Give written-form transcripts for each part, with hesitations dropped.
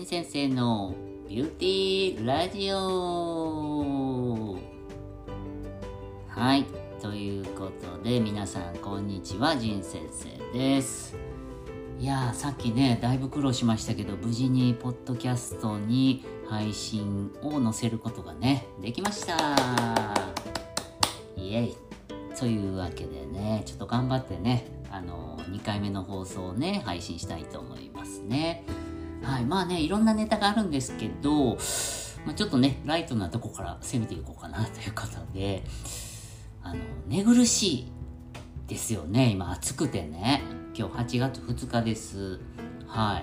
先生のビューティーラジオ。はい、ということで皆さんこんにちは、仁先生です。いやー、さっきねだいぶ苦労しましたけど、無事にポッドキャストに配信を載せることがねできました。イエイ。というわけでね、ちょっと頑張ってね2回目の放送をね配信したいと思いますね。はい、まあね、いろんなネタがあるんですけど、ちょっとねライトなとこから攻めていこうかなということで、寝苦しいですよね。今暑くてね、今日8月2日です。はい。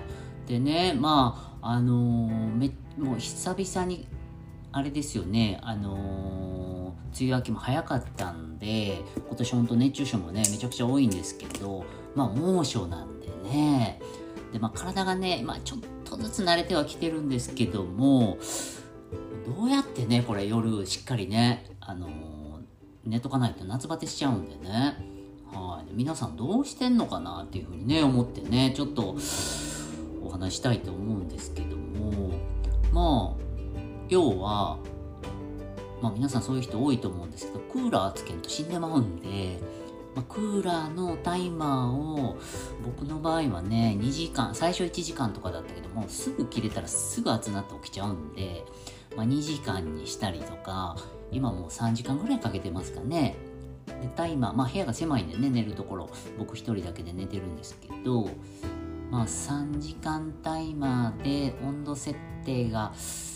でね、もう久々にあれですよね、梅雨明けも早かったんで、今年ほんと熱中症もねめちゃくちゃ多いんですけど、猛暑なんでね、で体がねちょっとずつ慣れてはきてるんですけども、どうやってねこれ夜しっかりね寝とかないと夏バテしちゃうんでね。はい。で皆さんどうしてんのかなっていうふうにね思ってね、ちょっとお話したいと思うんですけども、要は皆さんそういう人多いと思うんですけど、クーラーつけんと死んでまうんで、クーラーのタイマーを僕の場合はね2時間、最初1時間とかだったけども、すぐ切れたらすぐ暑なって起きちゃうんで、2時間にしたりとか、今もう3時間ぐらいかけてますかね。でタイマー、部屋が狭いんでね、寝るところ僕一人だけで寝てるんですけど、3時間タイマーで温度設定が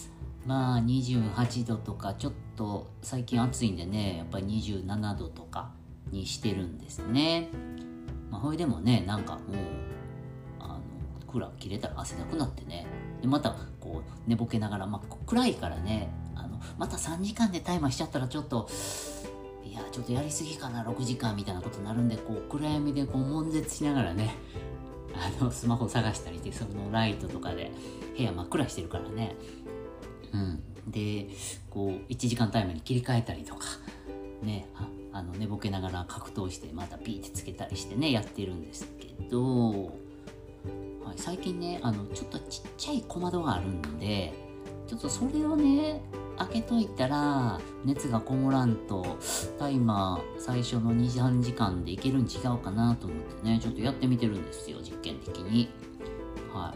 28度とか、ちょっと最近暑いんでね、やっぱり27度とかにしてるんですね。それでもね、なんかもうクーラー切れたら汗だくなってね、でまたこう寝ぼけながら、暗いからね、また3時間でタイマーしちゃったらちょっとやりすぎかな、6時間みたいなことになるんで、暗闇で悶絶しながらねスマホ探したりして、そのライトとかで部屋真っ暗してるからね、で1時間タイマーに切り替えたりとかね、寝ぼけながら格闘してまたピーってつけたりしてねやってるんですけど、はい、最近ねちょっとちっちゃい小窓があるんで、ちょっとそれをね開けといたら熱がこもらんとタイマー最初の 2,3 時間でいけるん違うかなと思ってね、ちょっとやってみてるんですよ、実験的に。はい。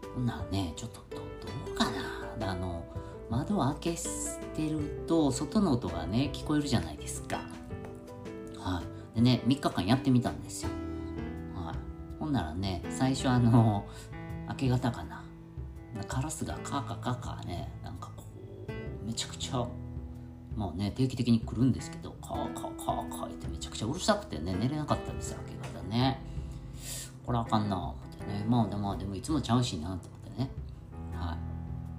ほんならね、ちょっとどうかな、窓を開けてると外の音がね聞こえるじゃないですか。はい。でね、3日間やってみたんですよ。はい。ほんならね、最初明け方かな、カラスがカーカーね、なんかめちゃくちゃ定期的に来るんですけど、カーってめちゃくちゃうるさくてね、寝れなかったんですよ、明け方ね。これあかんな思ってね、でもいつもちゃうしなと思ってね。はい。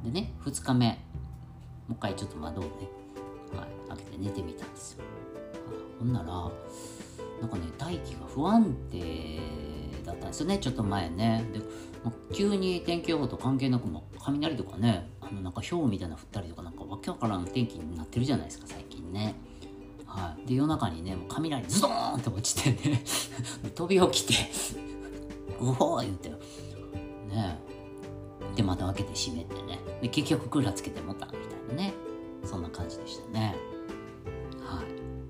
でね、2日目もう一回ちょっと窓をね、開けて寝てみたんですよ。ほんならなんかね、大気が不安定だったんですよね、ちょっと前ね。で急に天気予報と関係なく雷とかね、なんか氷みたいなの降ったりとか、なんかわけわからん天気になってるじゃないですか最近ね。はい。で夜中にね、もう雷ズドーンって落ちてね飛び起きてうおー言ってね、で窓開けて閉めてね、で結局クーラーつけてもたみたいなね、そんな感じでしたね。はい。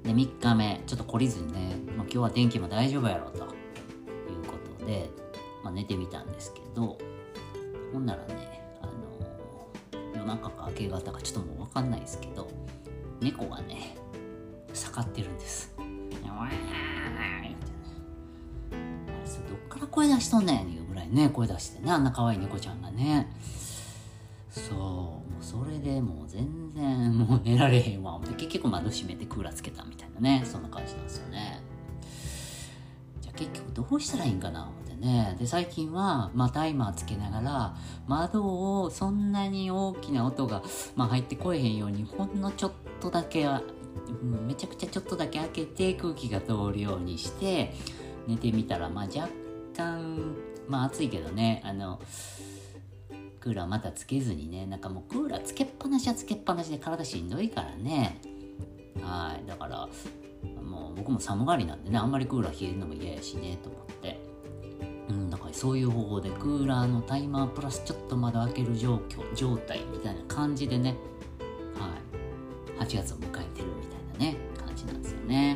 で3日目ちょっと懲りずにね、今日は天気も大丈夫やろということで、寝てみたんですけど、ほんならね夜中か明け方かちょっともう分かんないですけど、猫がね盛ってるんです。わーってね、あれどっから声出しとんねんいうぐらいね声出してね、あんな可愛い猫ちゃんがね。そう、もうそれでもう全然もう寝られへんわ思って、結局窓閉めてクーラーつけたみたいなね、そんな感じなんですよね。じゃあ結局どうしたらいいんかな思ってね。で最近はタイマーつけながら窓をそんなに大きな音が入ってこえへんように、ほんのちょっとだけめちゃくちゃちょっとだけ開けて空気が通るようにして寝てみたら、若干暑いけどね、クーラーまたつけずにね、なんかもうクーラーつけっぱなしはつけっぱなしで体しんどいからね。はい。だからもう僕も寒がりなんでね、あんまりクーラー冷えるのも嫌やしねと思って、だからぱりそういう方法でクーラーのタイマープラスちょっと窓開ける状態みたいな感じでね、8月を迎えてるみたいなね感じなんですよね。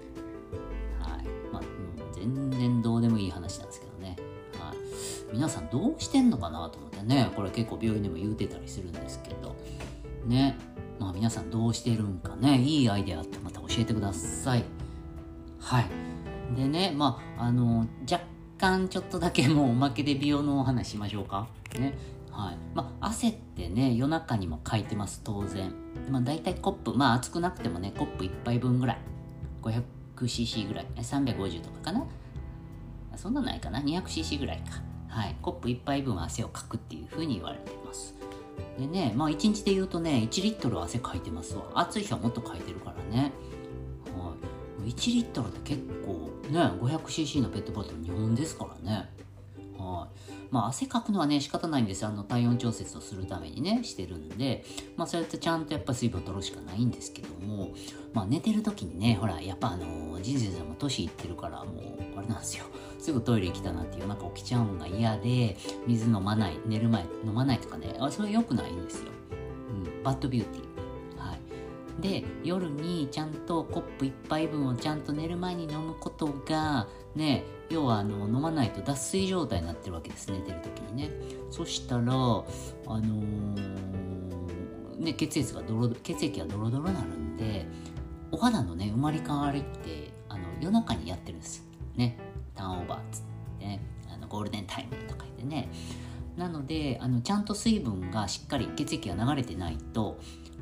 全然どうでもいい話なんですけどね、皆さんどうしてんのかなと思ってね、これ結構病院でも言うてたりするんですけどね、皆さんどうしてるんかね、いいアイデアあってまた教えてください。でね、若干ちょっとだけもうおまけで美容のお話しましょうかね。汗ってね夜中にもかいてます当然。だいたいコップ、熱くなくてもねコップ1杯分ぐらい 500cc ぐらい350とかかな、そんなないかな 200cc ぐらいか、コップ1杯分汗をかくっていう風に言われてます。でね、1日で言うとね1リットル汗かいてますわ。暑い日はもっとかいてるからね。1リットルって結構ね 500cc のペットボトル2本ですからね。汗かくのはね仕方ないんですよ。体温調節をするためにねしてるんで、そうやってちゃんとやっぱ水分取るしかないんですけども、寝てる時にねほらやっぱ人生さんも年いってるからもうあれなんですよ、すぐトイレ来たなって夜中起きちゃうのが嫌で水飲まない、寝る前飲まないとかね、それ良くないんですよ。バッドビューティー。で夜にちゃんとコップ1杯分をちゃんと寝る前に飲むことがね、要は飲まないと脱水状態になってるわけです、寝てる時にね。そしたら血液がドロドロになるんで、お肌のね生まれ変わりって夜中にやってるんですね。ターンオーバーっつってね、ゴールデンタイムとか言ってね。なのでちゃんと水分がしっかり血液が流れてないと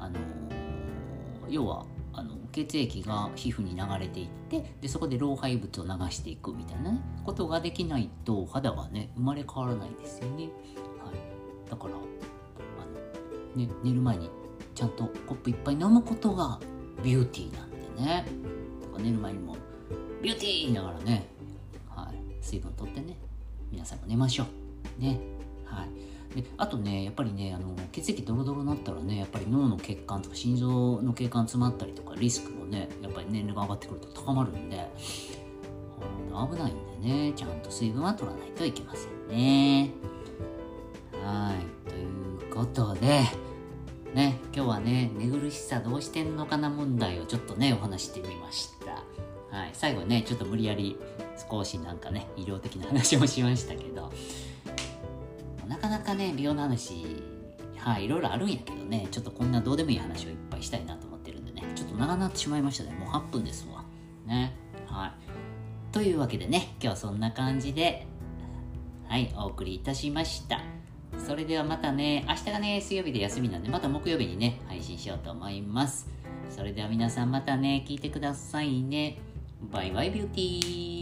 要は血液が皮膚に流れていって、でそこで老廃物を流していくみたいなねことができないと肌はね生まれ変わらないんですよね。だから寝る前にちゃんとコップ1杯飲むことがビューティーなんでね。だから寝る前にもビューティー言いながらね、水分取ってね皆さんも寝ましょうね。であとねやっぱりね血液ドロドロになったらねやっぱり脳の血管とか心臓の血管詰まったりとかリスクもねやっぱり年齢が上がってくると高まるんで危ないんでね、ちゃんと水分は取らないといけませんね。ということでね、今日はね寝苦しさどうしてんのかな問題をちょっとねお話してみました。最後ねちょっと無理やり少しなんかね医療的な話もしましたけど、なかなかね美容の話いろいろあるんやけどね、ちょっとこんなどうでもいい話をいっぱいしたいなと思ってるんでね、ちょっと長なってしまいましたね。もう8分ですわね。というわけでね今日はそんな感じでお送りいたしました。それではまたね、明日がね水曜日で休みなんでまた木曜日にね配信しようと思います。それでは皆さんまたね聞いてくださいね。バイバイビューティー。